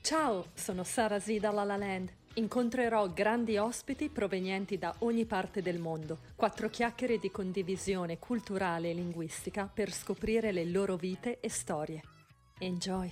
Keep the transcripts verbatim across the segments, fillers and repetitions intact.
Ciao, sono Sara Z da La La Land. Incontrerò grandi ospiti provenienti da ogni parte del mondo. Quattro chiacchiere di condivisione culturale e linguistica per scoprire le loro vite e storie. Enjoy!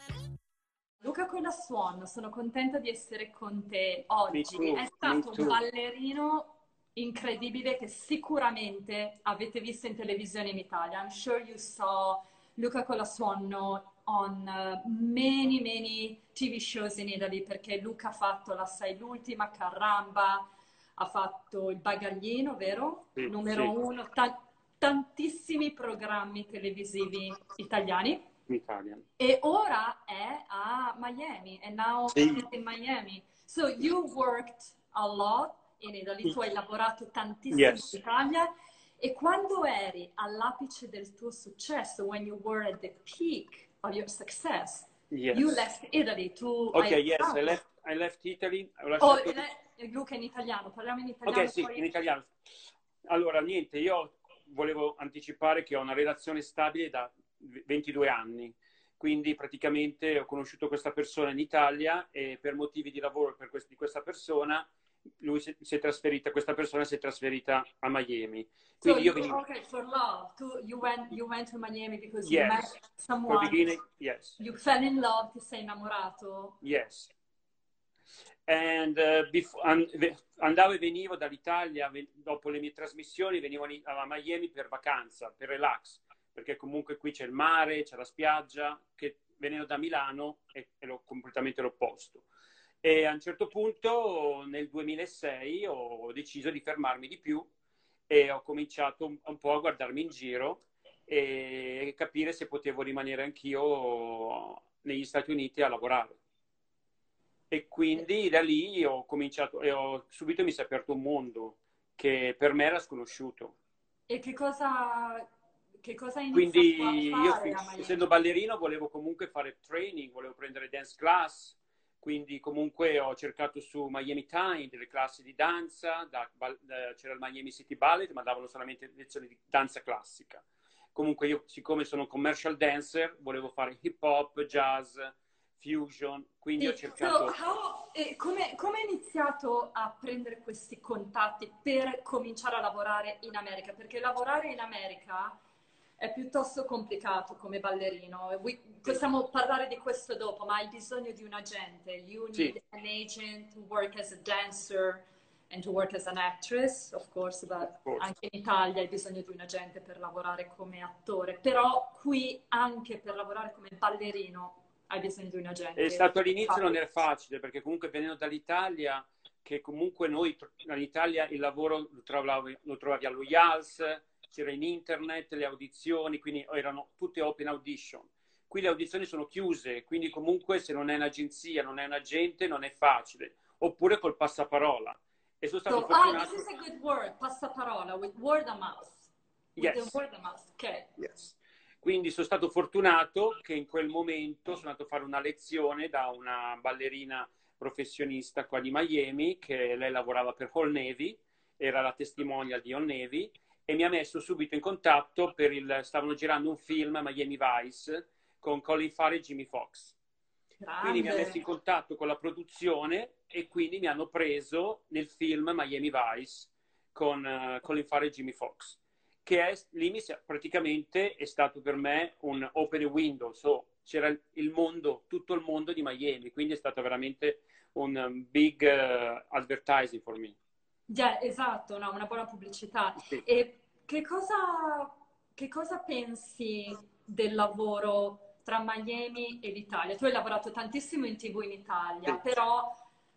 Luca Colasuon, sono contenta di essere con te Me oggi. too, È me stato un too. ballerino incredibile che sicuramente avete visto in televisione in Italia. I'm sure you saw Luca Colasuon on uh, many, many T V shows in Italy, perché Luca ha fatto La Sai l'Ultima, Carramba, ha fatto Il Bagaglino, vero? Sì, Numero sì, uno, ta- tantissimi programmi televisivi italiani. Italian. E ora è a Miami, and now Sì. he's in Miami. So you worked a lot in Italy, tu hai lavorato tantissimo Yes, in Italia, e quando eri all'apice del tuo successo, when you were at the peak of your success, you yes. left Italy, tu Ok, hai yes, I lasciato. left, I left Italy, ho Oh, lasciato... le- Luca in italiano, parliamo in Ok, italiano sì, poi. in italiano. Allora, niente, io volevo anticipare che ho una relazione stabile da ventidue anni, quindi praticamente ho conosciuto questa persona in Italia e per motivi di lavoro per quest- di questa persona, lui si, si è trasferita, questa persona si è trasferita a Miami. So Quindi io you, venivo... okay, for love, tu, you went, you went to Miami because you met Yes, for someone, beginning, yes, you fell in love, ti sei innamorato. yes. And, uh, before, and, andavo e venivo dall'Italia dopo le mie trasmissioni, venivo a Miami per vacanza, per relax, perché comunque qui c'è il mare, c'è la spiaggia, che venendo da Milano è, è lo, completamente l'opposto. E a un certo punto nel duemilasei ho deciso di fermarmi di più e ho cominciato un, un po' a guardarmi in giro e capire se potevo rimanere anch'io negli Stati Uniti a lavorare. E quindi da lì ho cominciato e ho, subito mi si è aperto un mondo che per me era sconosciuto. E che cosa, che cosa hai iniziato a Quindi io, fare a essendo Miami? ballerino, volevo comunque fare training, volevo prendere dance class, quindi comunque ho cercato su Miami Time delle classi di danza, da, da, c'era il Miami City Ballet, ma davano solamente lezioni di danza classica. Comunque io, siccome sono un commercial dancer, volevo fare hip hop, jazz, fusion, quindi ho Sì, so, cercato... how, eh, come, come hai iniziato a prendere questi contatti per cominciare a lavorare in America? Perché lavorare in America è piuttosto complicato come ballerino. We- Sì, possiamo parlare di questo dopo, ma hai bisogno di un agente. You sì, need an agent to work as a dancer and to work as an actress, of course, of but course. anche in Italia hai bisogno di un agente per lavorare come attore. Però qui anche per lavorare come ballerino hai bisogno di un È agente. stato all'inizio non era facile perché comunque venendo dall'Italia, che comunque noi dall'Italia il lavoro lo trovavi, lo trovavi allo I A L S, c'era in internet, le audizioni, quindi erano tutte open audition. Qui le audizioni sono chiuse, quindi comunque se non è un'agenzia, non è un agente, non è facile. Oppure col passaparola. E sono stato So, ah, this fortunato. is a good word, passaparola, with word of mouth. With the Yes, word of mouth, ok. yes. Quindi sono stato fortunato che in quel momento sono andato a fare una lezione da una ballerina professionista qua di Miami, che lei lavorava per Old Navy, era la testimonial di Old Navy, e mi ha messo subito in contatto per il... stavano girando un film, Miami Vice, con Colin Farrell e Jimmy Fox. Quindi mi ha messo in Grande. contatto con la produzione e quindi mi hanno preso nel film Miami Vice con uh, Colin Farrell e Jimmy Fox, che è, lì mi, praticamente è stato per me un open window, so, c'era il mondo, tutto il mondo di Miami, quindi è stato veramente un um, big uh, advertising for me. Yeah, esatto, no, una buona pubblicità. Sì. E che cosa, che cosa pensi del lavoro tra Miami e l'Italia? Tu hai lavorato tantissimo in T V in Italia, Sì. però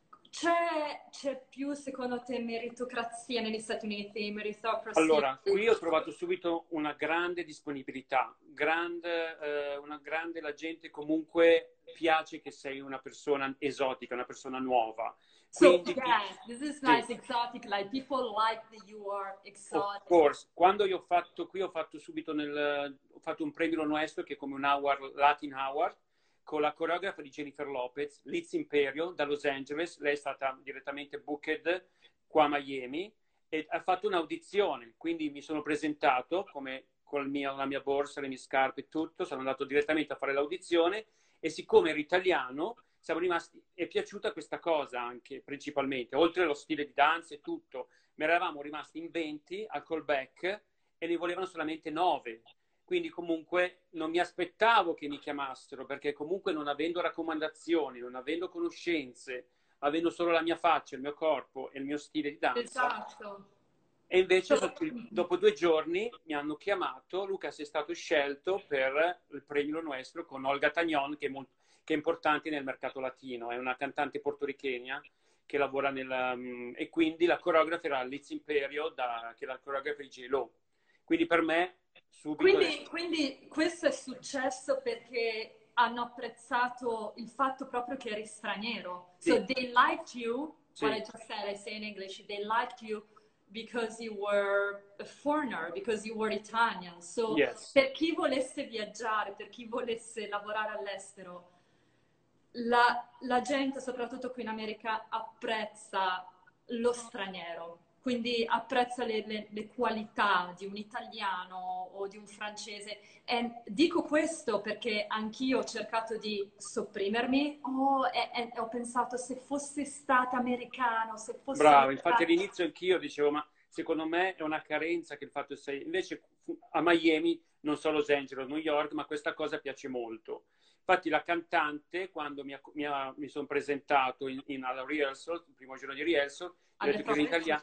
c'è, c'è più, secondo te, meritocrazia negli Stati Uniti, meritocracy? Allora, qui ho trovato subito una grande disponibilità, grande, eh, una grande, la gente comunque piace che sei una persona esotica, una persona nuova. So, Quindi, yes, this is sì, nice, exotic, like people like that you are of exotic. course. Quando io ho fatto qui, ho fatto subito nel, ho fatto un premio Nuestro che è come un award, Latin Award, con la coreografa di Jennifer Lopez, Liz Imperio, da Los Angeles. Lei è stata direttamente booked qua a Miami e ha fatto un'audizione, quindi mi sono presentato come con mio, la mia borsa, le mie scarpe e tutto, sono andato direttamente a fare l'audizione e siccome ero italiano, siamo rimasti, è piaciuta questa cosa anche principalmente, oltre allo stile di danza e tutto, ma eravamo rimasti in venti al callback e ne volevano solamente nove. Quindi comunque non mi aspettavo che mi chiamassero, perché comunque non avendo raccomandazioni, non avendo conoscenze, avendo solo la mia faccia, il mio corpo e il mio stile di danza. Esatto. E invece dopo due giorni mi hanno chiamato: Luca, sei stato scelto per il premio nuestro con Olga Tagnon, che è, molto, che è importante nel mercato latino, è una cantante portorichena che lavora nel... Um, e quindi la coreografa era Liz Imperio, da, che è la coreografa di J-Lo. Quindi per me subito... Quindi, è... quindi questo è successo perché hanno apprezzato il fatto proprio che eri straniero. Sì. So they liked you, Sì. what I just said, I say in English, they liked you because you were a foreigner, because you were Italian. So Yes. per chi volesse viaggiare, per chi volesse lavorare all'estero, la, la gente, soprattutto qui in America, apprezza lo straniero. Quindi apprezza le, le, le qualità di un italiano o di un francese. E dico questo perché anch'io ho cercato di sopprimermi oh, e, e ho pensato se fossi stata americano, se fossi... Bravo, infatti all'inizio anch'io dicevo, ma secondo me è una carenza che il fatto che sei... Invece a Miami, non so Los Angeles, New York, ma questa cosa piace molto. Infatti la cantante, quando mi, mi, mi sono presentato in, in, alla rehearsal, il primo giorno di rehearsal, ho detto che ero in italiano,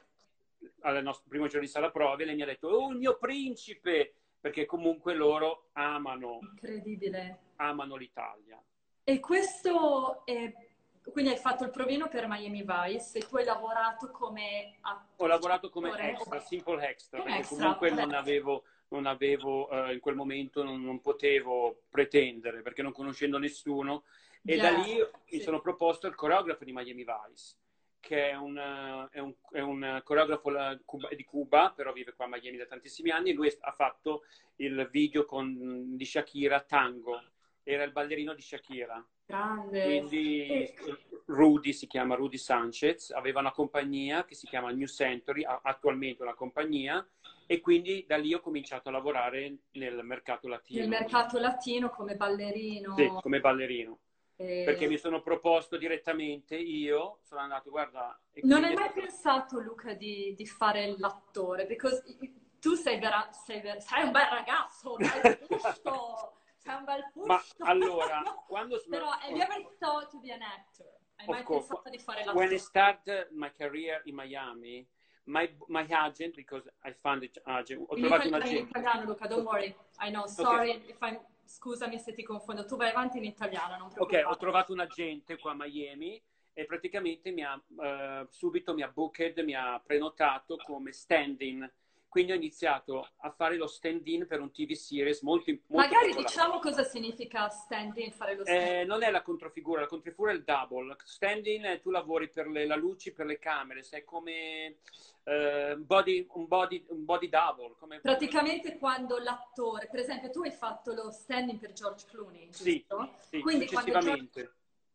al nostro primo giorno di sala prove, lei mi ha detto, oh, il mio principe, perché comunque loro amano, incredibile, amano l'Italia. E questo è... Quindi hai fatto il provino per Miami Vice e tu hai lavorato come attore? Ho lavorato come extra, simple extra, perché extra, comunque beh. non avevo, non avevo eh, in quel momento non, non potevo pretendere, perché non conoscendo nessuno, e yeah, da lì sì. mi sono proposto il coreografo di Miami Vice, che è un, è un, è un coreografo di Cuba, però vive qua a Miami da tantissimi anni, e lui ha fatto il video con, di Shakira, Tango, era il ballerino di Shakira. Grande. Quindi e... Rudy, si chiama Rudy Sanchez, aveva una compagnia che si chiama New Century, attualmente una compagnia, e quindi da lì ho cominciato a lavorare nel mercato latino. Nel mercato latino come ballerino? Sì, come ballerino. E... Perché mi sono proposto direttamente io, sono andato, guarda... E non hai mai stato... pensato, Luca, di, di fare l'attore? Perché tu sei, vera... sei, ver... sei un bel ragazzo, sei giusto! Sei un bel fusto. Ma allora, quando... Però, have you ever thought to be an actor? Hai mai course. pensato di fare l'attore? When I started my career in Miami, my, my agent, because I found it agent, ho in trovato un agente. agente. In italiano, Luca, don't worry. I know, sorry okay. if I'm... Scusami se ti confondo. Tu vai avanti in italiano, non preoccuparti. Ok, ho trovato un agente qua a Miami e praticamente mi ha, uh, subito mi ha booked, mi ha prenotato come stand-in. Quindi ho iniziato a fare lo stand-in per un T V series molto, molto Magari popolare. Diciamo cosa significa stand-in, fare lo stand-in. Eh, non è la controfigura, la controfigura è il double. Stand-in è tu lavori per le, la luci, per le camere, sei come uh, body, un, body, un body double. Come... Praticamente quando l'attore, per esempio tu hai fatto lo stand-in per George Clooney, giusto? Sì, sì Quindi successivamente. George...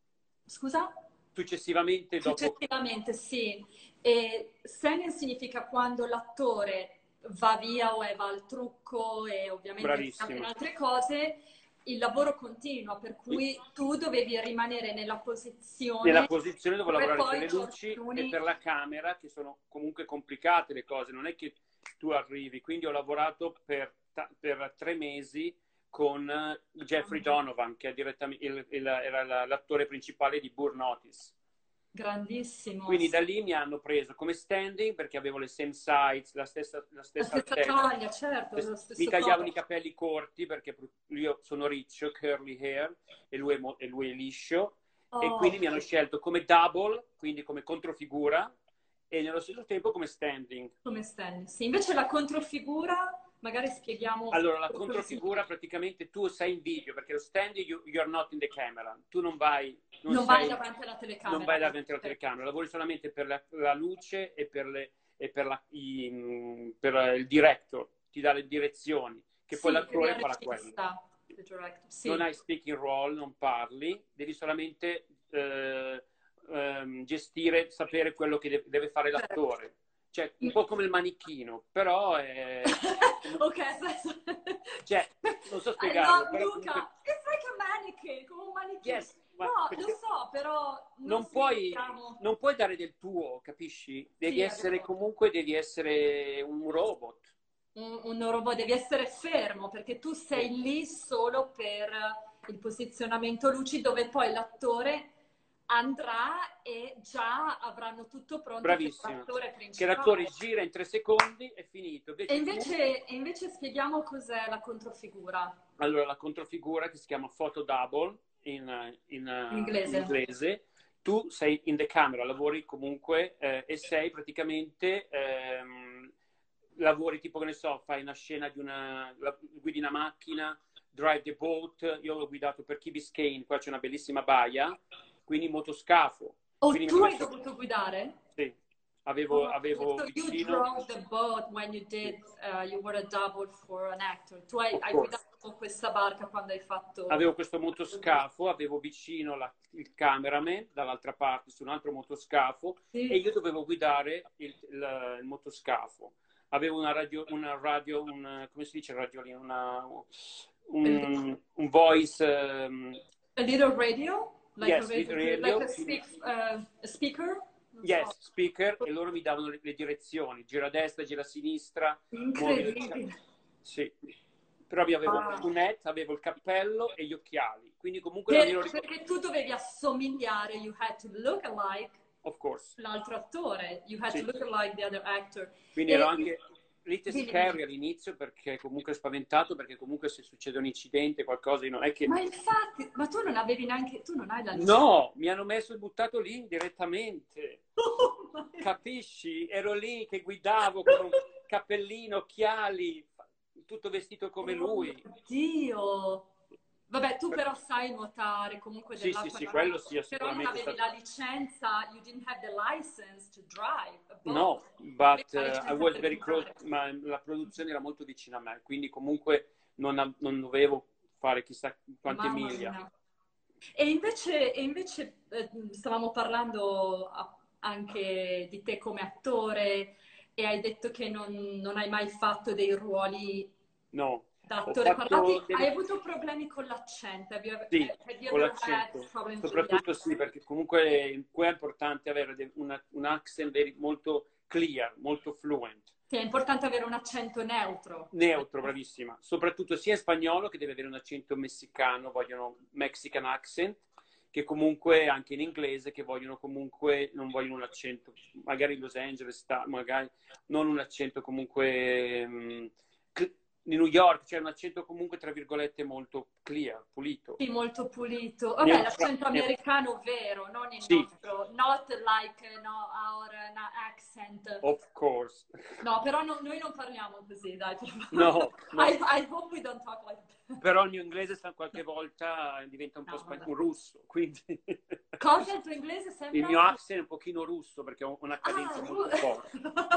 Scusa? Successivamente dopo... Successivamente, sì. E stand-in significa quando l'attore va via o va al trucco e ovviamente in altre cose, il lavoro continua, per cui tu dovevi rimanere nella posizione... Nella posizione dove lavorare per le luci Clooney... e per la camera, che sono comunque complicate le cose, non è che tu arrivi. Quindi ho lavorato per, per tre mesi con Jeffrey Donovan, che è direttamente, il, il, era l'attore principale di Burn Notice. Grandissimo. Quindi da lì mi hanno preso come standing perché avevo le same size, la stessa, la stessa, la stessa taglia, certo. Lo stesso mi tagliavano tono. i capelli corti perché io sono riccio, curly hair, e lui è, e lui è liscio. Oh. E quindi mi hanno scelto come double, quindi come controfigura, e nello stesso tempo come standing. Come standing, sì. Invece la controfigura... Magari spieghiamo... Allora, la controfigura praticamente tu sei in video, perché lo standing you, you're not in the camera. Tu non vai... Non, non sei, vai davanti alla telecamera. Non vai davanti alla telecamera. Lavori solamente per la, la luce e, per, le, e per, la, i, per il director. Ti dà le direzioni. Che sì, poi l'attore farà quello. Sì. Non hai speaking role, non parli. Devi solamente eh, eh, gestire, sapere quello che deve, deve fare l'attore. Cioè, un po' come il manichino, però è... ok, aspetta. Cioè, non so spiegarlo. No, però Luca, comunque... it's like a mannequin, come un manichino. Yes, Ma No, lo perché so, però non non puoi, smettiamo. non puoi dare del tuo, capisci? Devi Sì, è essere vero. comunque, devi essere un robot. Un, un robot, devi essere fermo perché tu Sì. sei lì solo per il posizionamento luci dove poi l'attore andrà e già avranno tutto pronto per Bravissima. l'attore Che l'attore principale. gira in tre secondi, è finito. E Invece tu, invece, e invece spieghiamo cos'è la controfigura allora la controfigura che si chiama photo double in, in in, in inglese. inglese, tu sei in the camera, lavori comunque eh, e sei praticamente, ehm, lavori tipo che ne so, fai una scena di una, la- guidi una macchina, drive the boat, io l'ho guidato per Key Biscayne, qua c'è una bellissima baia, quindi motoscafo, O quindi mi tu ho hai messo, dovuto guidare? sì, avevo, Oh, avevo so you vicino, drove the boat when you sì, did, uh, you were a double for an actor. Tu hai, of hai course. guidato questa barca quando hai Avevo fatto... questo motoscafo, avevo vicino la- il cameraman dall'altra parte su un altro motoscafo e Sì, io dovevo guidare il, il- il motoscafo. Avevo una radio, una radio una, come si dice radiolina? Una, un, un voice, um, a little radio, like a yes, radio, like radio, a, speak, uh, a speaker, non so. yes, speaker, e loro mi davano le, le direzioni, gira a destra, gira a sinistra, muovi il ca- Incredibile. sì. Però io avevo Ah. un net, avevo il cappello e gli occhiali, quindi comunque non Per- ero ricordato. perché tu dovevi assomigliare, you had to look alike Of course, l'altro attore, you had to sì. look alike the other actor. Quindi ero E, anche little dimmi, scary dimmi. all'inizio perché comunque spaventato, perché comunque se succede un incidente, qualcosa, non è che... Ma infatti, ma tu non avevi neanche, tu non hai la licenza. No, mi hanno messo e buttato lì direttamente. Oh, my- Capisci? Ero lì che guidavo con un cappellino, occhiali, tutto vestito come oh mio lui. Dio! Vabbè, tu però sai nuotare, comunque Sì, sì, dell'acqua sì, non hai, quello sì, però non sicuramente è avevi stato... la licenza, you didn't have the license to drive a boat. No, Non avevi but la uh, I licenza was per very close, guidare. ma la produzione era molto vicina a me, quindi comunque non, av- non dovevo fare chissà quante Mamma miglia. mia. E invece, e invece eh, stavamo parlando a- anche di te come attore e hai detto che non, non hai mai fatto dei ruoli No, da ho attore parlati. fatto Hai delle... avuto problemi con l'accento? Have you ever, Sì, have you con ever had l'accento. problems with the Soprattutto sì, accent? perché comunque qua è importante avere de- una- un accent very- molto clear, molto fluent. Sì, è importante avere un accento neutro. Neutro, bravissima. Soprattutto sia in spagnolo che deve avere un accento messicano, vogliono Mexican accent, che comunque anche in inglese, che vogliono comunque, non vogliono un accento, magari Los Angeles, sta, magari non un accento comunque mm, cl- di New York, cioè un accento comunque tra virgolette molto clear, pulito. Sì, molto pulito. Vabbè, Neutra- l'accento ne- americano vero, non il sì, nostro. Not like, no, our na- accent. of course. No, però no- noi non parliamo così, dai, per No, favore. no. I, I hope we don't talk like that. Però il mio inglese sa- qualche volta diventa un po' No, spa- vabbè. un russo, quindi Cosa? Il tuo inglese il sembra? mio accent è un pochino russo perché ho una Ah, cadenza ru- molto forte.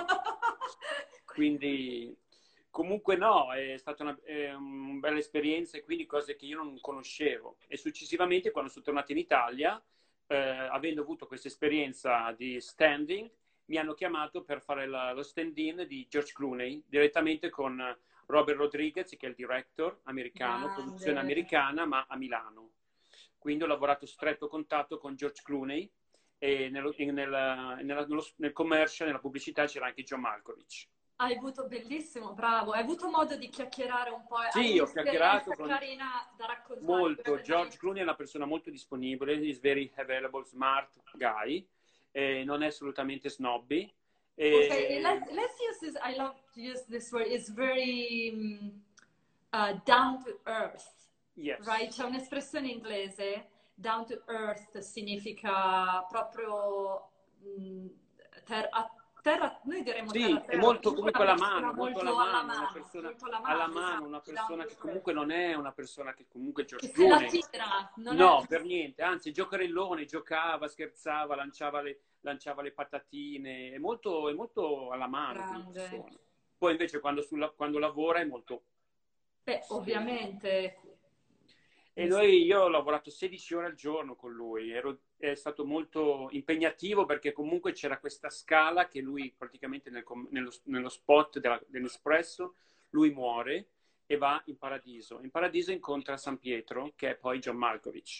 Quindi comunque no, è stata una, è una bella esperienza e quindi cose che io non conoscevo. E successivamente quando sono tornato in Italia, eh, avendo avuto questa esperienza di standing, mi hanno chiamato per fare la- lo stand-in di George Clooney direttamente con Robert Rodriguez, che è il director americano, produzione Grande. americana, ma a Milano. Quindi ho lavorato a stretto contatto con George Clooney e nello, in- nella- nella- nello- nel commercial, nella pubblicità c'era anche John Malkovich. Hai avuto bellissimo, bravo. Hai avuto modo di chiacchierare un po'. Hai Sì, ho chiacchierato un'esperienza con carina da raccontare. molto. George Clooney è una persona molto disponibile, is very available, smart guy, e non è assolutamente snobby. Okay, E... let's let's use this. I love to use this word. It's very um, uh, down to earth, Yes. right? C'è un'espressione inglese, down to earth significa proprio mm, ter- a terra, noi diremmo terra Sì, a è terra, molto comunque comunque una alla persona mano, molto alla molto alla mano, una mano, persona molto alla alla mano, mano, esatto, una down persona to che earth. comunque non è una persona che comunque Che George se la Clooney. tira, non è... No, per niente, anzi, giocherellone, giocava, scherzava, lanciava le, lanciava le patatine, è molto, è molto alla mano come Grande. persona. Poi invece quando, sulla, quando lavora è molto... Beh, ovviamente. E noi, io ho lavorato sedici ore al giorno con lui, ero, è stato molto impegnativo perché comunque c'era questa scala che lui praticamente nel, nello, nello spot della, dell'Espresso, lui muore e va in paradiso. In paradiso incontra San Pietro, che è poi John Malkovich.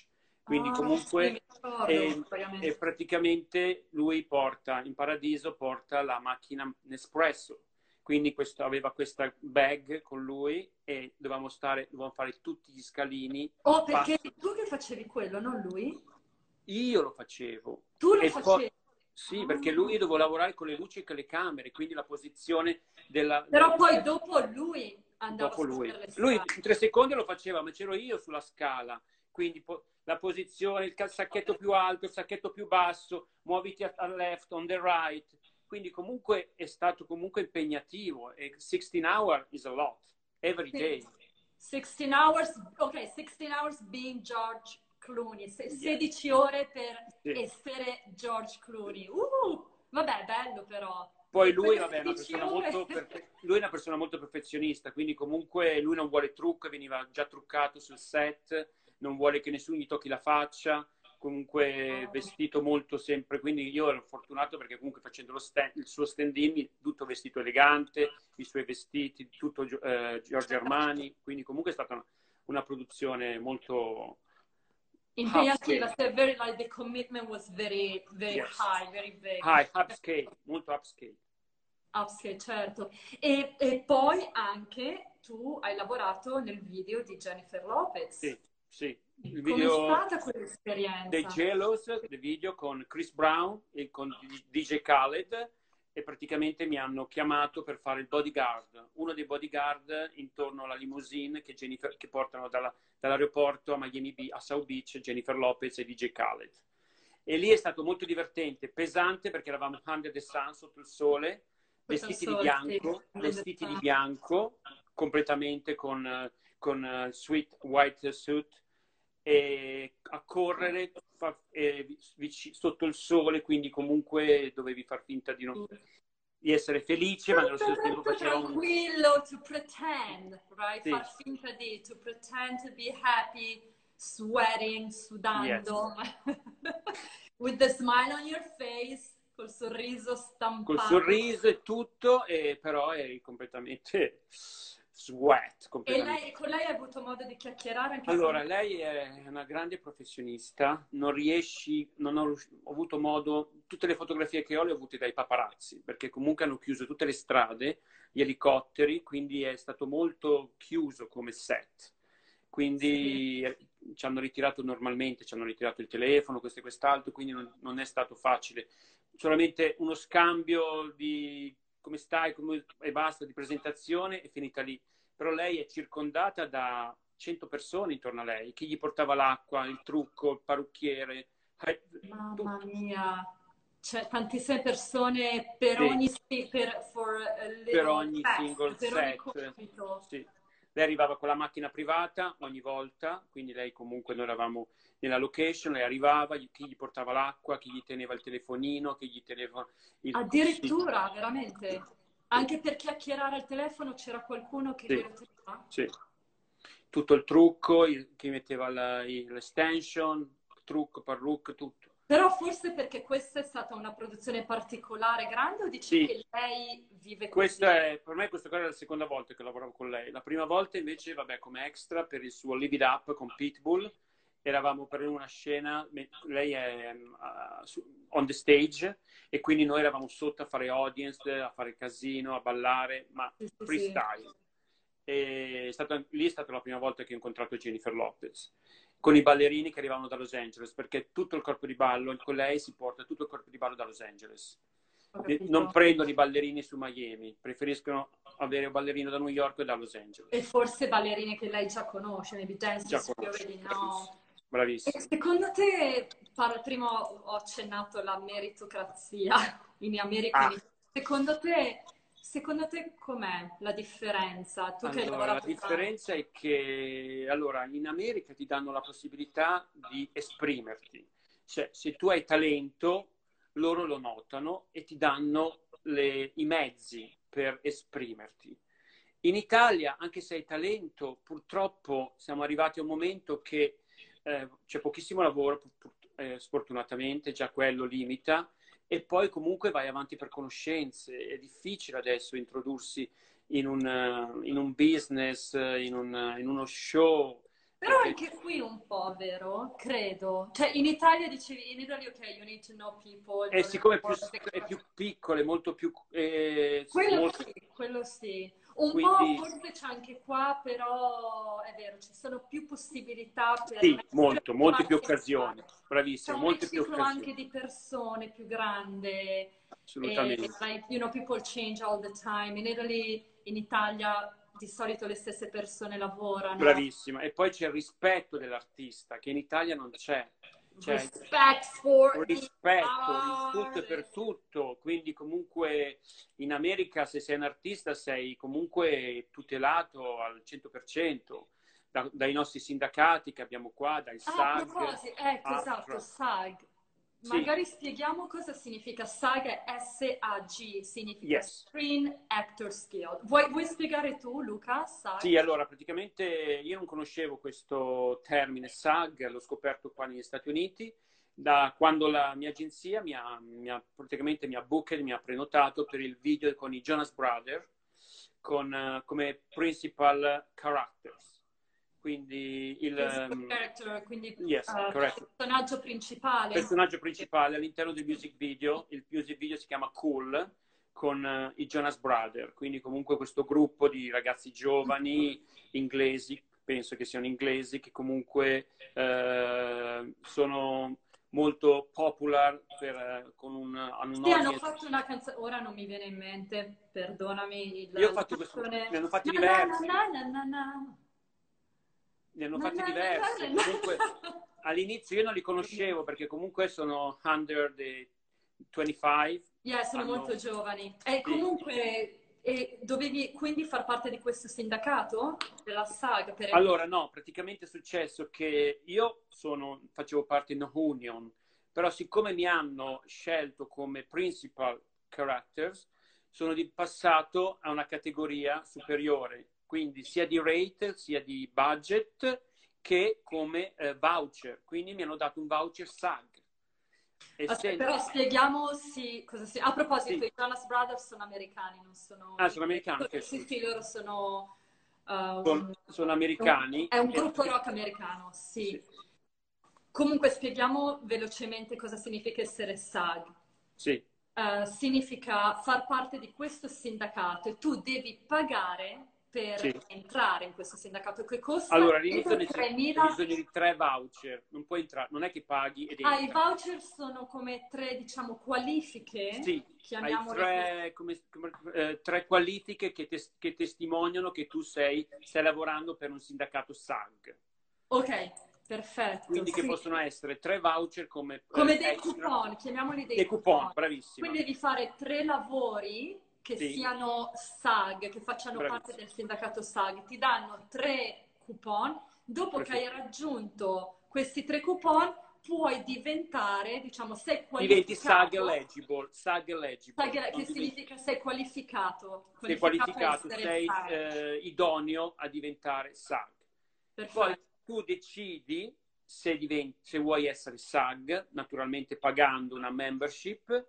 Quindi Ah, sì, mi comunque ricordo e, e vagamente. praticamente lui porta in paradiso porta la macchina Nespresso. Quindi questo, aveva questa bag con lui e dovevamo stare, dovevamo fare tutti gli scalini. Oh, perché Passo. tu che facevi quello, non lui? Io lo facevo. Tu lo E poi, facevi. sì, perché Ah. lui dovevo lavorare con le luci e con le camere, quindi la posizione della, della Però poi luce dopo lui andava dopo su lui. per le Lui scale. in tre secondi lo faceva, ma c'ero io sulla scala. Quindi po- la posizione, il sacchetto più alto, il sacchetto più basso, muoviti a, a left, on the right. Quindi comunque è stato comunque impegnativo. E sixteen hour is a lot, every Sì. day. sixteen hours, ok, sixteen hours being George Clooney, Se- Yes. sedici ore per Sì. essere George Clooney. Uh, vabbè, bello però. Poi E lui, quelle vabbè, è una sedici persona ore... molto, perfe- lui è una persona molto perfezionista, quindi comunque lui non vuole trucco, veniva già truccato sul set, non vuole che nessuno gli tocchi la faccia, comunque Oh. vestito molto sempre, quindi io ero fortunato perché comunque facendo lo stand, il suo stand-in, tutto vestito elegante, i suoi vestiti, tutto eh, Giorgio Armani, quindi comunque è stata una, una produzione molto Impegnativa, upscale. so very, like, the commitment was very, very Yes. high, very big. High, upscale, molto upscale. Upscale, certo. E, e poi anche tu hai lavorato nel video di Jennifer Lopez. Sì, sì. Il Com'è video stata dei quell'esperienza? Jealous, il video con Chris Brown e con D J Khaled, e praticamente mi hanno chiamato per fare il bodyguard, uno dei bodyguard intorno alla limousine che, Jennifer, che portano dalla, dall'aeroporto a Miami Beach, a South Beach, Jennifer Lopez e D J Khaled. E lì è stato molto divertente, pesante perché eravamo under the sun, sotto il sole, Sotto il vestiti di sole, sì. bianco, vestiti di bianco, completamente con, con uh, sweet white suit, e a correre fa, eh, vic- sotto il sole, quindi comunque dovevi far finta di, non, di essere felice, ma nello Tutto stesso tempo molto faceva un... tranquillo, to pretend, right? Sì, Far finta di, to pretend to be happy, sweating, yes. sudando, with the smile on your face, col sorriso Col stampato. sorriso e tutto, e però eri completamente sweat, E completamente. lei, con lei hai avuto modo di chiacchierare anche se Allora, non... lei è una grande professionista, non riesci, non ho, ho avuto modo, tutte le fotografie che ho le ho avute dai paparazzi, perché comunque hanno chiuso tutte le strade, gli elicotteri, quindi è stato molto chiuso come set. Sì. Quindi eh, ci hanno ritirato normalmente, ci hanno ritirato il telefono, questo e quest'altro, quindi non, non è stato facile. Solamente uno scambio di come stai, come, e basta, di presentazione, è finita lì. Però lei è circondata da cento persone intorno a lei, chi gli portava l'acqua, il trucco, il parrucchiere, eh, Mamma tutto. mia, c'è tantissime persone per Sì, ogni, per, for a per little ogni task, single per ogni set. compito. Sì. Lei arrivava con la macchina privata ogni volta, quindi lei comunque noi eravamo nella location, lei arrivava, chi gli portava l'acqua, chi gli teneva il telefonino, chi gli teneva il cuscino. Addirittura, veramente. Sì, Anche per chiacchierare al telefono c'era qualcuno che sì, glielo teneva? sì. Tutto il trucco, il, chi metteva l'extension, trucco, parrucca, tutto. Però forse perché questa è stata una produzione particolare, grande, o dici Sì, che lei vive così? questa è, per me questa qua è la seconda volta che lavoravo con lei. La prima volta invece, vabbè, come extra per il suo Live It Up con Pitbull, eravamo per una scena, lei è uh, on the stage e quindi noi eravamo sotto a fare audience, a fare casino, a ballare, ma Sì, sì, sì. freestyle. E è stata, lì è stata la prima volta che ho incontrato Jennifer Lopez con i ballerini che arrivavano da Los Angeles, perché tutto il corpo di ballo, con lei si porta tutto il corpo di ballo da Los Angeles. Ho Non capito. prendono i ballerini su Miami, preferiscono avere un ballerino da New York e da Los E Angeles. forse ballerine che lei già conosce, maybe Già dancers you conosce, already know. bravissimo. E Bravissimo. secondo te, par- prima ho accennato alla meritocrazia in America, in Ah, Italia. Secondo te, secondo te com'è la differenza? Tu che hai allora, la lavorato tanto. differenza è che allora, in America ti danno la possibilità di esprimerti. Cioè, se tu hai talento, loro lo notano e ti danno le- i mezzi per esprimerti. In Italia, anche se hai talento, purtroppo siamo arrivati a un momento che eh, c'è pochissimo lavoro, pur- pur- eh, sfortunatamente, già quello limita, e poi comunque vai avanti per conoscenze. È difficile adesso introdursi in un, uh, in un business, in, un, uh, in uno show. Però anche qui un po', vero? Credo. Cioè, in Italia dicevi, in Italia, ok, you need to know people. E siccome è più, è più piccolo, è molto più... Eh, Quello molto, sì, quello sì. Un quindi, po' forse c'è anche qua, però è vero, ci sono più possibilità per sì, un molto, riciclo molte più anche, occasioni. c'è Bravissimo, un molte più riciclo occasioni. anche di persone più grande. E, Assolutamente. like, you know, people change all the time. In Italy, in Italia di solito le stesse persone lavorano. Bravissima. E poi c'è il rispetto dell'artista, che in Italia non c'è. C'è Respect for the rispetto, in tutto e per artist. tutto. Quindi comunque in America se sei un artista sei comunque tutelato al cento per cento da, dai nostri sindacati che abbiamo qua, dai Ah, a SAG, proposito, ecco, esatto, AFTRA. SAG. Sì, Magari spieghiamo cosa significa SAG, è S A G, significa yes. Screen Actors Guild. Vuoi, vuoi spiegare tu, Luca, SAG? Sì, allora praticamente io non conoscevo questo termine SAG, l'ho scoperto qua negli Stati Uniti, da quando la mia agenzia mi ha, mi ha praticamente mi ha booked, mi ha prenotato per il video con i Jonas Brothers con, uh, come principal characters. Quindi il um, Character, quindi yes, uh, correct. personaggio principale. Personaggio principale all'interno del music video, il music video si chiama Cool, con uh, i Jonas Brothers, quindi comunque questo gruppo di ragazzi giovani inglesi, penso che siano inglesi, che comunque uh, sono molto popular per, uh, con un, un Sì, hanno audience. fatto una canzone, ora non mi viene in mente, perdonami, il, Io ho la fatto questo, canzone... ne hanno fatti Na, na, diversi, na, na, na, na. ne hanno Na, fatti na, na, diversi, na, na, comunque na. all'inizio io non li conoscevo perché comunque sono under the venticinque. Yeah, sono Hanno, molto giovani. E sì. comunque, e dovevi quindi far parte di questo sindacato della SAG per Allora, no, praticamente è successo che io sono, facevo parte in Union, però siccome mi hanno scelto come principal characters, sono di passato a una categoria superiore, quindi sia di rate, sia di budget, che come eh, voucher. Quindi mi hanno dato un voucher SAG. Aspetta, Essendo... però spieghiamo sì, cosa si... A proposito, Sì. i Jonas Brothers sono americani, non sono... Ah, sono americani? Che Sì, sì, loro sono... uh, sono, un... sono americani. È un E... gruppo rock americano, sì. sì. Comunque spieghiamo velocemente cosa significa essere SAG. Sì. Uh, significa far parte di questo sindacato e tu devi pagare per Sì. entrare in questo sindacato che costa allora all'inizio hai tremila. bisogno di tre voucher, non puoi entrare, non è che paghi ed Ah, entri. i voucher sono come tre, diciamo, qualifiche? Sì, hai tre, come, come, eh, tre qualifiche che, te, che testimoniano che tu sei, stai lavorando per un sindacato SAG. Ok, perfetto. Quindi sì. che possono essere tre voucher come, come eh, dei extra. coupon, chiamiamoli dei, dei coupon. coupon. Bravissima. Quindi devi fare tre lavori che sì. siano SAG, che facciano Bravissima. parte del sindacato SAG. Ti danno tre coupon. Dopo Perfetto. che hai raggiunto questi tre coupon, puoi diventare, diciamo, sei qualificato. Diventi SAG eligible. SAG eligible. SAG, che diventi... significa sei qualificato. Sei qualificato, sei eh, idoneo a diventare SAG. Perfetto. Poi tu decidi se, diventi, se vuoi essere SAG, naturalmente pagando una membership,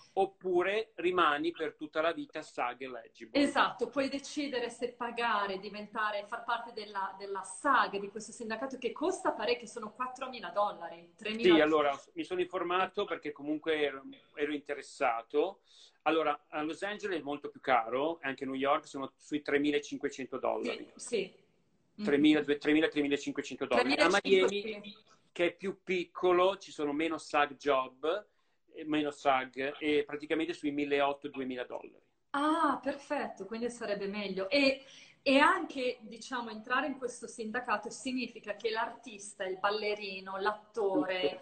oppure rimani per tutta la vita SAG eligible. Esatto, puoi decidere se pagare, diventare, far parte della, della SAG, di questo sindacato che costa parecchio, sono quattromila dollari. tremila Sì, allora mi sono informato perché comunque ero, ero interessato. Allora, a Los Angeles è molto più caro, anche a New York sono sui tremilacinquecento dollari. Sì, sì. tremila tremilacinquecento dollari. A Miami, sì. che è più piccolo, ci sono meno SAG job, meno SAG, e praticamente sui milleottocento-duemila dollari. Ah, perfetto, quindi sarebbe meglio. E, e anche, diciamo, entrare in questo sindacato significa che l'artista, il ballerino, l'attore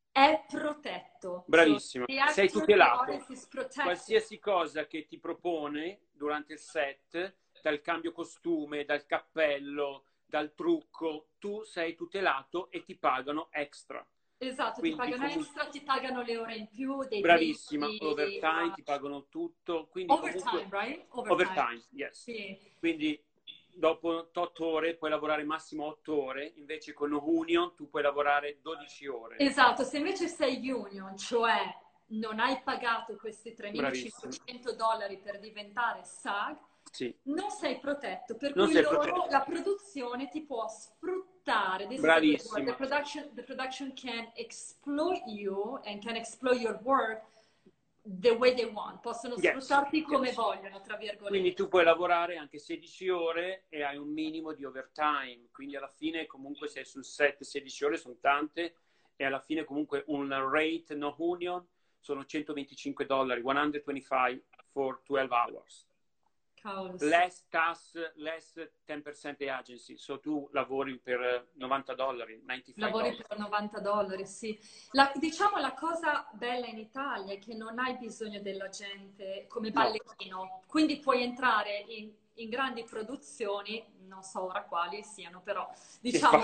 è protetto. Bravissima, so, sei tutelato. Qualsiasi cosa che ti propone durante il set, dal cambio costume, dal cappello, dal trucco, tu sei tutelato e ti pagano extra. Esatto, quindi, ti pagano comunque, extra, ti pagano le ore in più, dei bravissima, dei, overtime, uh, ti pagano tutto. Quindi overtime, comunque, right? Overtime, overtime yes. Sì. Quindi dopo otto ore puoi lavorare massimo otto ore, invece con Union tu puoi lavorare dodici ore. Esatto, se invece sei Union, cioè non hai pagato questi tremilacinquecento dollari per diventare SAG, sì. non sei protetto, per non cui sei loro, protetto. la produzione ti può sfruttare sfruttare, this is a good word. The Bravissima. production, the production can exploit you and can exploit your work the way they want. Possono Yes, sfruttarti come yes. vogliono, tra virgolette. Quindi tu puoi lavorare anche sedici ore e hai un minimo di overtime, quindi alla fine comunque sei sul set sedici ore, sono tante, e alla fine comunque un rate no union sono centoventicinque dollari, centoventicinque for twelve hours. Cavolo, sì. Less tax, less ten percent agency, so tu lavori per novanta dollari, novantacinque Lavori dollari. per novanta dollari, sì. La, diciamo la cosa bella in Italia è che non hai bisogno della gente come ballerino, no. Quindi puoi entrare in, in grandi produzioni, non so ora quali siano, però diciamo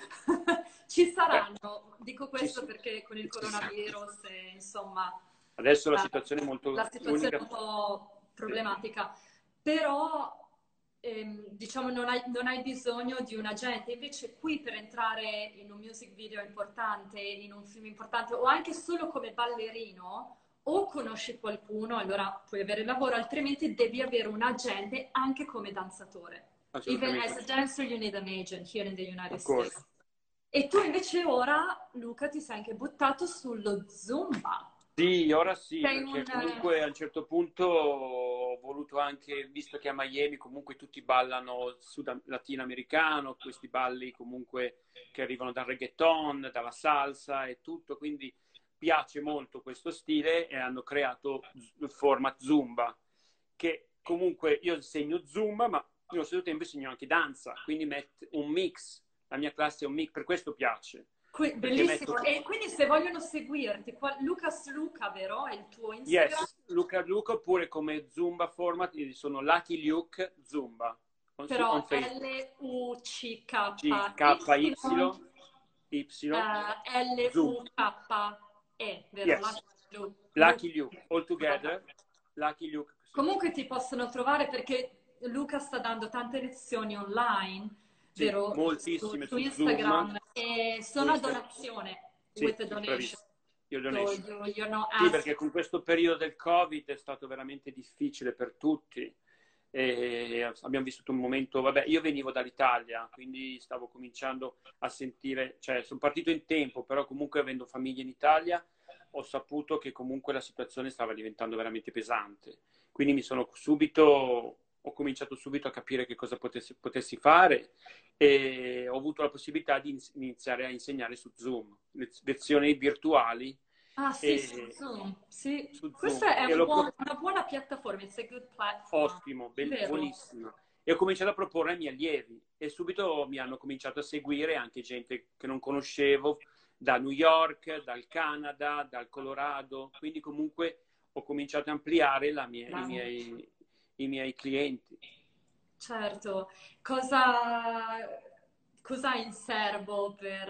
ci saranno. Dico questo ci, perché con il coronavirus, eh, insomma, adesso la la, situazione è molto la situazione unica. è un po' problematica, però ehm, diciamo non hai, non hai bisogno di un agente. Invece qui per entrare in un music video importante, in un film importante o anche solo come ballerino, o conosci qualcuno, allora puoi avere lavoro, altrimenti devi avere un agente anche come danzatore. Even as a dancer you need an agent here in the United States. E tu invece ora, Luca, ti sei anche buttato sullo Zumba. Sì, ora sì, sei perché un... comunque a un certo punto ho voluto anche, visto che a Miami comunque tutti ballano sud latinoamericano, questi balli comunque che arrivano dal reggaeton, dalla salsa e tutto, quindi piace molto questo stile e hanno creato il format Zumba, che comunque io insegno Zumba, ma allo stesso tempo insegno anche danza, quindi metto un mix, la mia classe è un mix, per questo piace. Que bellissimo, metto... e quindi se vogliono seguirti, qua, Lucas Luca, vero? È il tuo Instagram? Yes, Luca Luca, oppure come Zumba format, sono Lucky Luke Zumba. Però L U C K Y Y L U K E, vero? Yes. Lucky Luke, all together. Lucky Luke. Comunque ti possono trovare perché Luca sta dando tante lezioni online. Sì, vero? Moltissime su, su, su Instagram Zoom. e sono a donazione. Sì, with a donation. Io donation. So you, you're not sì, perché con questo periodo del Covid è stato veramente difficile per tutti. E abbiamo vissuto un momento, vabbè, io venivo dall'Italia, quindi stavo cominciando a sentire, cioè sono partito in tempo, però comunque avendo famiglia in Italia ho saputo che comunque la situazione stava diventando veramente pesante. Quindi mi sono subito... ho cominciato subito a capire che cosa potessi, potessi fare e ho avuto la possibilità di iniziare a insegnare su Zoom, lezioni virtuali. Ah sì, su Zoom. Sì. Su Zoom. Questa è un buon, una buona piattaforma, it's a good platform. Ottimo, be- buonissima. E ho cominciato a proporre ai miei allievi e subito mi hanno cominciato a seguire anche gente che non conoscevo, da New York, dal Canada, dal Colorado, quindi comunque ho cominciato a ampliare la mia, i miei... i miei clienti. Certo. Cosa, cosa hai in serbo per...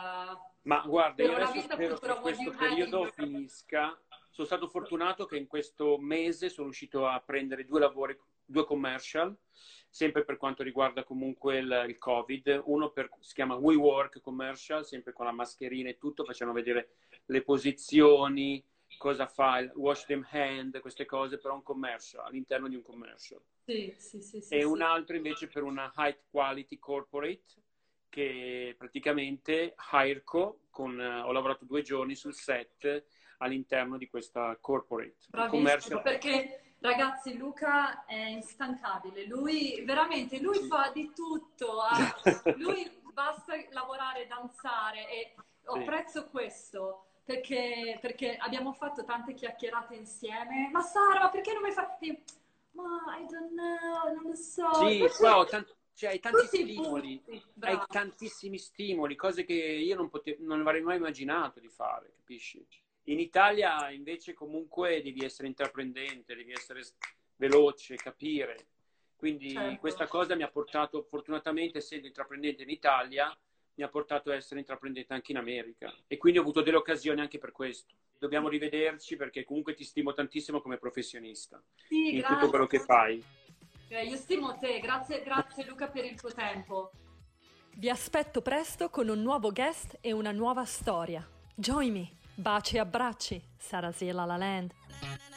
Ma guarda, per io adesso spero che questo periodo finisca. Sono stato fortunato che in questo mese sono riuscito a prendere due lavori, due commercial, sempre per quanto riguarda comunque il, il Covid. Uno per, si chiama WeWork Commercial, sempre con la mascherina e tutto, facciano vedere le posizioni, cosa fa il wash them hand, queste cose, però un commercial, all'interno di un commercial. Sì, sì, sì, sì, e sì. un altro invece per una high quality corporate, che praticamente Hireco, con, ho lavorato due giorni sul set all'interno di questa corporate. Bravissimo, perché ragazzi Luca è instancabile, lui veramente, lui fa di tutto, lui basta lavorare, danzare e ho apprezzo questo. Perché, perché abbiamo fatto tante chiacchierate insieme. Ma Sara, ma perché non mi fai... Ma I don't know, non lo so. Sì, qua ho tanti, cioè, hai tanti stimoli, punti, hai tantissimi stimoli, cose che io non, potevo, non avrei mai immaginato di fare, capisci? In Italia invece comunque devi essere intraprendente, devi essere veloce, capire. Quindi certo. Questa cosa mi ha portato, fortunatamente essendo intraprendente in Italia, mi ha portato a essere intraprendente anche in America e quindi ho avuto delle occasioni anche per questo. Dobbiamo rivederci perché comunque ti stimo tantissimo come professionista sì, in grazie. tutto quello che fai. Eh, io stimo te, grazie, grazie Luca per il tuo tempo. Vi aspetto presto con un nuovo guest e una nuova storia. Join me, baci e abbracci, Sarasiela La Land.